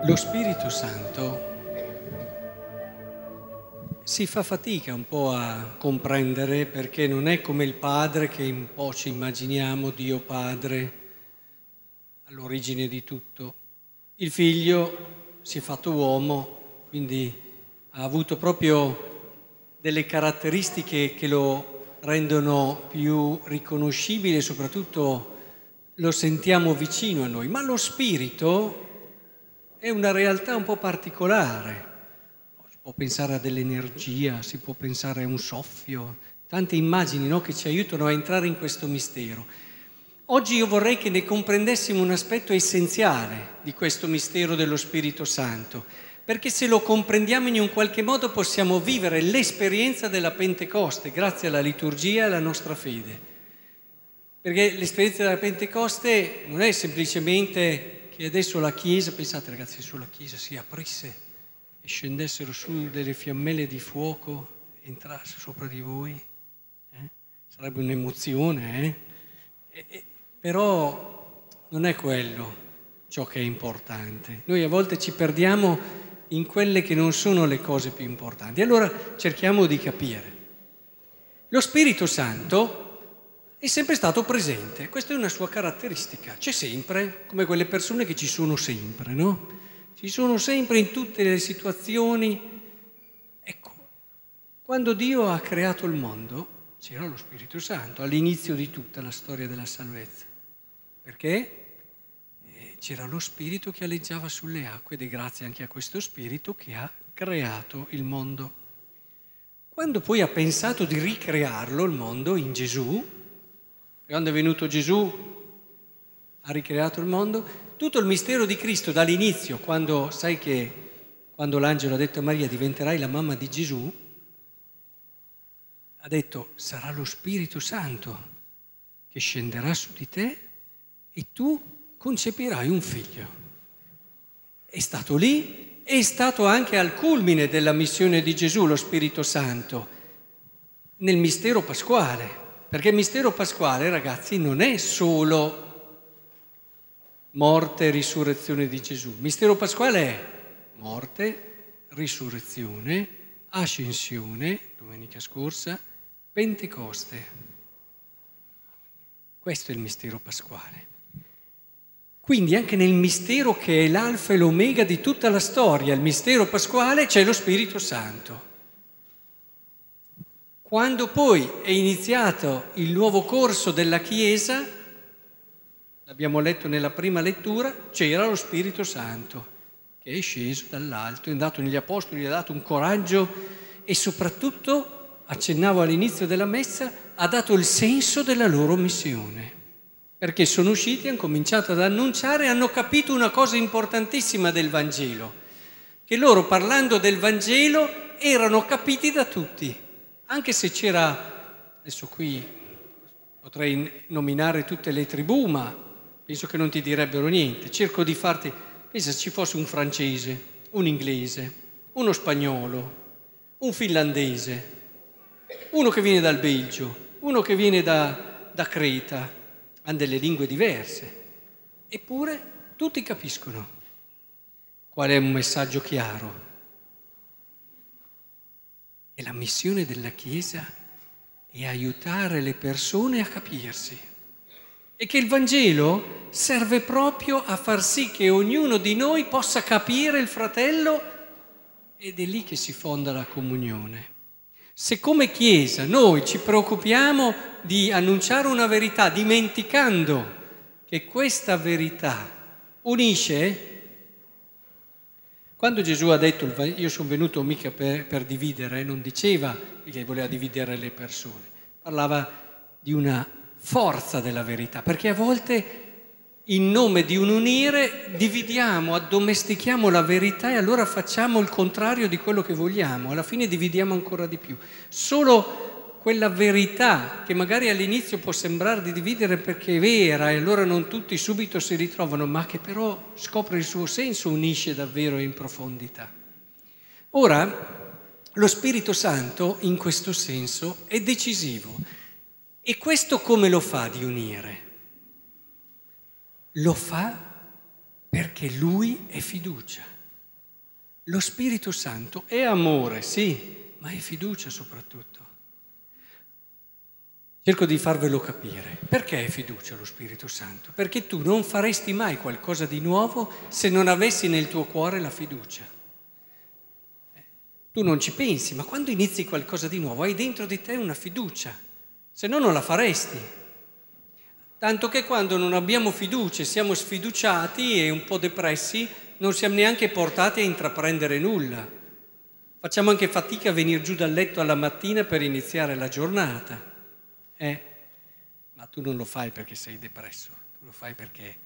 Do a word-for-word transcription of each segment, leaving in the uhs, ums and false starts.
Lo Spirito Santo si fa fatica un po' a comprendere, perché non è come il Padre che un po' ci immaginiamo, Dio Padre, all'origine di tutto. Il Figlio si è fatto uomo, quindi ha avuto proprio delle caratteristiche che lo rendono più riconoscibile e soprattutto lo sentiamo vicino a noi. Ma lo Spirito è una realtà un po' particolare. Si può pensare a dell'energia, si può pensare a un soffio, tante immagini, no, che ci aiutano a entrare in questo mistero. Oggi io vorrei che ne comprendessimo un aspetto essenziale di questo mistero dello Spirito Santo, perché se lo comprendiamo in un qualche modo possiamo vivere l'esperienza della Pentecoste grazie alla liturgia e alla nostra fede. Perché l'esperienza della Pentecoste non è semplicemente che adesso la Chiesa, pensate ragazzi, se la Chiesa si aprisse e scendessero su delle fiammelle di fuoco e entrasse sopra di voi, eh? Sarebbe un'emozione, eh? E, e, però non è quello ciò che è importante. Noi a volte ci perdiamo in quelle che non sono le cose più importanti. Allora cerchiamo di capire. Lo Spirito Santo è sempre stato presente, questa è una sua caratteristica, c'è sempre, come quelle persone che ci sono sempre, no? Ci sono sempre in tutte le situazioni. Ecco, quando Dio ha creato il mondo c'era lo Spirito Santo all'inizio di tutta la storia della salvezza, perché eh, c'era lo Spirito che aleggiava sulle acque ed è grazie anche a questo Spirito che ha creato il mondo. Quando poi ha pensato di ricrearlo il mondo in Gesù, quando è venuto Gesù, ha ricreato il mondo, tutto il mistero di Cristo dall'inizio, quando sai che quando l'angelo ha detto a Maria diventerai la mamma di Gesù, ha detto sarà lo Spirito Santo che scenderà su di te e tu concepirai un figlio. È stato lì, è stato anche al culmine della missione di Gesù lo Spirito Santo, nel mistero pasquale. Perché il mistero pasquale, ragazzi, non è solo morte e risurrezione di Gesù. Il mistero pasquale è morte, risurrezione, ascensione, domenica scorsa, Pentecoste. Questo è il mistero pasquale. Quindi anche nel mistero che è l'alfa e l'omega di tutta la storia, il mistero pasquale, c'è lo Spirito Santo. Quando poi è iniziato il nuovo corso della Chiesa, l'abbiamo letto nella prima lettura, c'era lo Spirito Santo che è sceso dall'alto, è andato negli apostoli, gli ha dato un coraggio e soprattutto, accennavo all'inizio della messa, ha dato il senso della loro missione. Perché sono usciti, hanno cominciato ad annunciare e hanno capito una cosa importantissima del Vangelo, che loro parlando del Vangelo erano capiti da tutti. Anche se c'era, adesso qui potrei nominare tutte le tribù, ma penso che non ti direbbero niente. Cerco di farti, pensa se ci fosse un francese, un inglese, uno spagnolo, un finlandese, uno che viene dal Belgio, uno che viene da, da Creta, hanno delle lingue diverse, eppure tutti capiscono qual è un messaggio chiaro. E la missione della Chiesa è aiutare le persone a capirsi. E che il Vangelo serve proprio a far sì che ognuno di noi possa capire il fratello ed è lì che si fonda la comunione. Se come Chiesa noi ci preoccupiamo di annunciare una verità dimenticando che questa verità unisce. Quando Gesù ha detto io sono venuto mica per, per dividere, non diceva che voleva dividere le persone, parlava di una forza della verità, perché a volte in nome di un unire dividiamo, addomestichiamo la verità e allora facciamo il contrario di quello che vogliamo, alla fine dividiamo ancora di più. Solo quella verità che magari all'inizio può sembrare di dividere perché è vera e allora non tutti subito si ritrovano, ma che però scopre il suo senso, unisce davvero in profondità. Ora, lo Spirito Santo in questo senso è decisivo. E questo come lo fa di unire? Lo fa perché Lui è fiducia. Lo Spirito Santo è amore, sì, ma è fiducia soprattutto. Cerco di farvelo capire. Perché è fiducia lo Spirito Santo? Perché tu non faresti mai qualcosa di nuovo se non avessi nel tuo cuore la fiducia. Tu non ci pensi, ma quando inizi qualcosa di nuovo hai dentro di te una fiducia, se no non la faresti. Tanto che quando non abbiamo fiducia, siamo sfiduciati e un po' depressi, non siamo neanche portati a intraprendere nulla. Facciamo anche fatica a venire giù dal letto alla mattina per iniziare la giornata. Eh, ma tu non lo fai perché sei depresso, tu lo fai perché...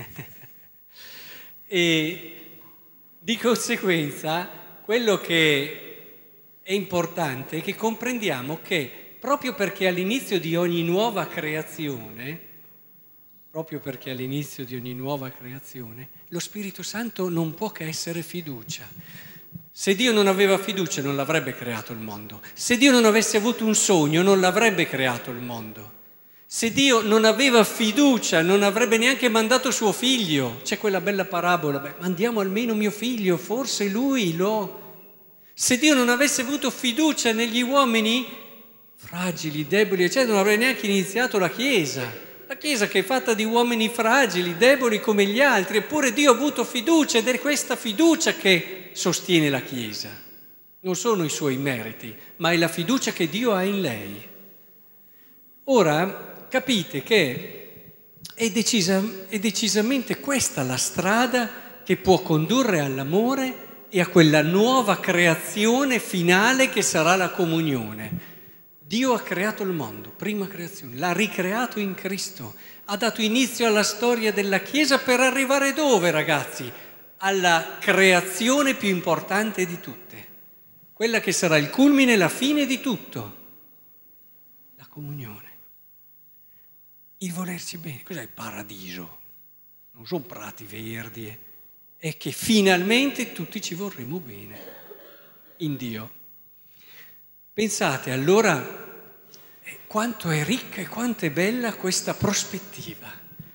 e di conseguenza quello che è importante è che comprendiamo che proprio perché all'inizio di ogni nuova creazione, proprio perché all'inizio di ogni nuova creazione, lo Spirito Santo non può che essere fiducia. Se Dio non aveva fiducia non l'avrebbe creato il mondo. Se Dio non avesse avuto un sogno non l'avrebbe creato il mondo. Se Dio non aveva fiducia non avrebbe neanche mandato suo figlio. C'è quella bella parabola, beh, mandiamo almeno mio figlio, forse lui lo... Se Dio non avesse avuto fiducia negli uomini fragili, deboli, eccetera, non avrebbe neanche iniziato la Chiesa. La Chiesa che è fatta di uomini fragili, deboli come gli altri, eppure Dio ha avuto fiducia ed è questa fiducia che sostiene la Chiesa. Non sono i suoi meriti, ma è la fiducia che Dio ha in lei. Ora capite che è, decisa, è decisamente questa la strada che può condurre all'amore e a quella nuova creazione finale che sarà la comunione. Dio ha creato il mondo, prima creazione, l'ha ricreato in Cristo, ha dato inizio alla storia della Chiesa per arrivare dove, ragazzi? Alla creazione più importante di tutte, quella che sarà il culmine e la fine di tutto, la comunione. Il volersi bene, cos'è il paradiso? Non sono prati verdi, eh? È che finalmente tutti ci vorremmo bene in Dio. Pensate allora quanto è ricca e quanto è bella questa prospettiva.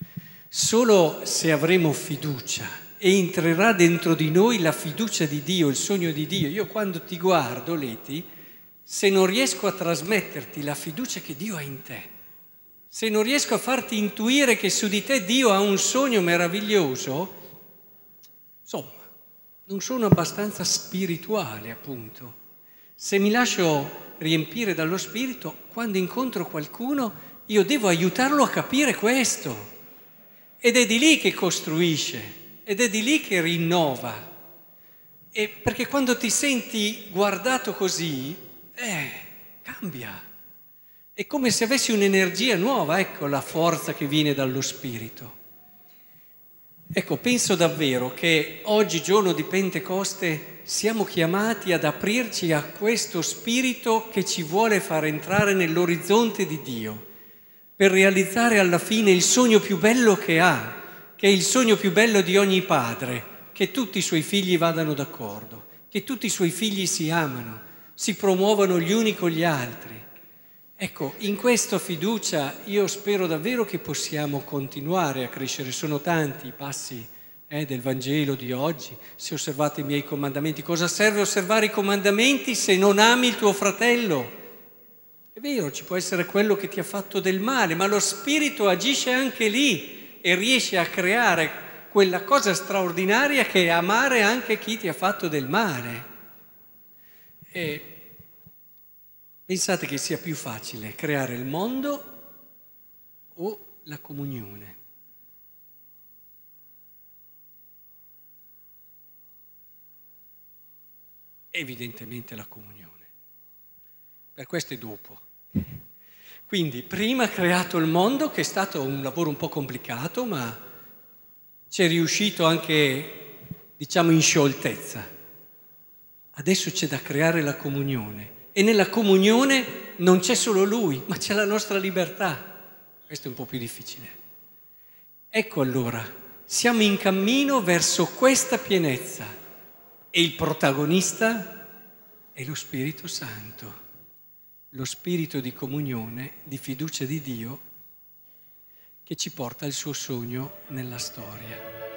Solo se avremo fiducia e entrerà dentro di noi la fiducia di Dio, il sogno di Dio. Io quando ti guardo, Leti, se non riesco a trasmetterti la fiducia che Dio ha in te, se non riesco a farti intuire che su di te Dio ha un sogno meraviglioso, insomma, non sono abbastanza spirituale, appunto. Se mi lascio riempire dallo Spirito, quando incontro qualcuno, io devo aiutarlo a capire questo. Ed è di lì che costruisce, ed è di lì che rinnova. E perché quando ti senti guardato così, eh, cambia. È come se avessi un'energia nuova, ecco la forza che viene dallo Spirito. Ecco, penso davvero che oggi, giorno di Pentecoste, siamo chiamati ad aprirci a questo Spirito che ci vuole far entrare nell'orizzonte di Dio, per realizzare alla fine il sogno più bello che ha, che è il sogno più bello di ogni padre, che tutti i suoi figli vadano d'accordo, che tutti i suoi figli si amano, si promuovano gli uni con gli altri. Ecco, in questa fiducia io spero davvero che possiamo continuare a crescere. Sono tanti i passi eh, del Vangelo di oggi. Se osservate i miei comandamenti, cosa serve osservare i comandamenti se non ami il tuo fratello? È vero, ci può essere quello che ti ha fatto del male, ma lo Spirito agisce anche lì e riesce a creare quella cosa straordinaria che è amare anche chi ti ha fatto del male. E pensate che sia più facile creare il mondo o la comunione? Evidentemente la comunione. Per questo è dopo. Quindi prima ha creato il mondo, che è stato un lavoro un po' complicato, ma ci è riuscito anche, diciamo, in scioltezza. Adesso c'è da creare la comunione. E nella comunione non c'è solo Lui, ma c'è la nostra libertà. Questo è un po' più difficile. Ecco allora, siamo in cammino verso questa pienezza e il protagonista è lo Spirito Santo, lo spirito di comunione, di fiducia di Dio che ci porta al suo sogno nella storia.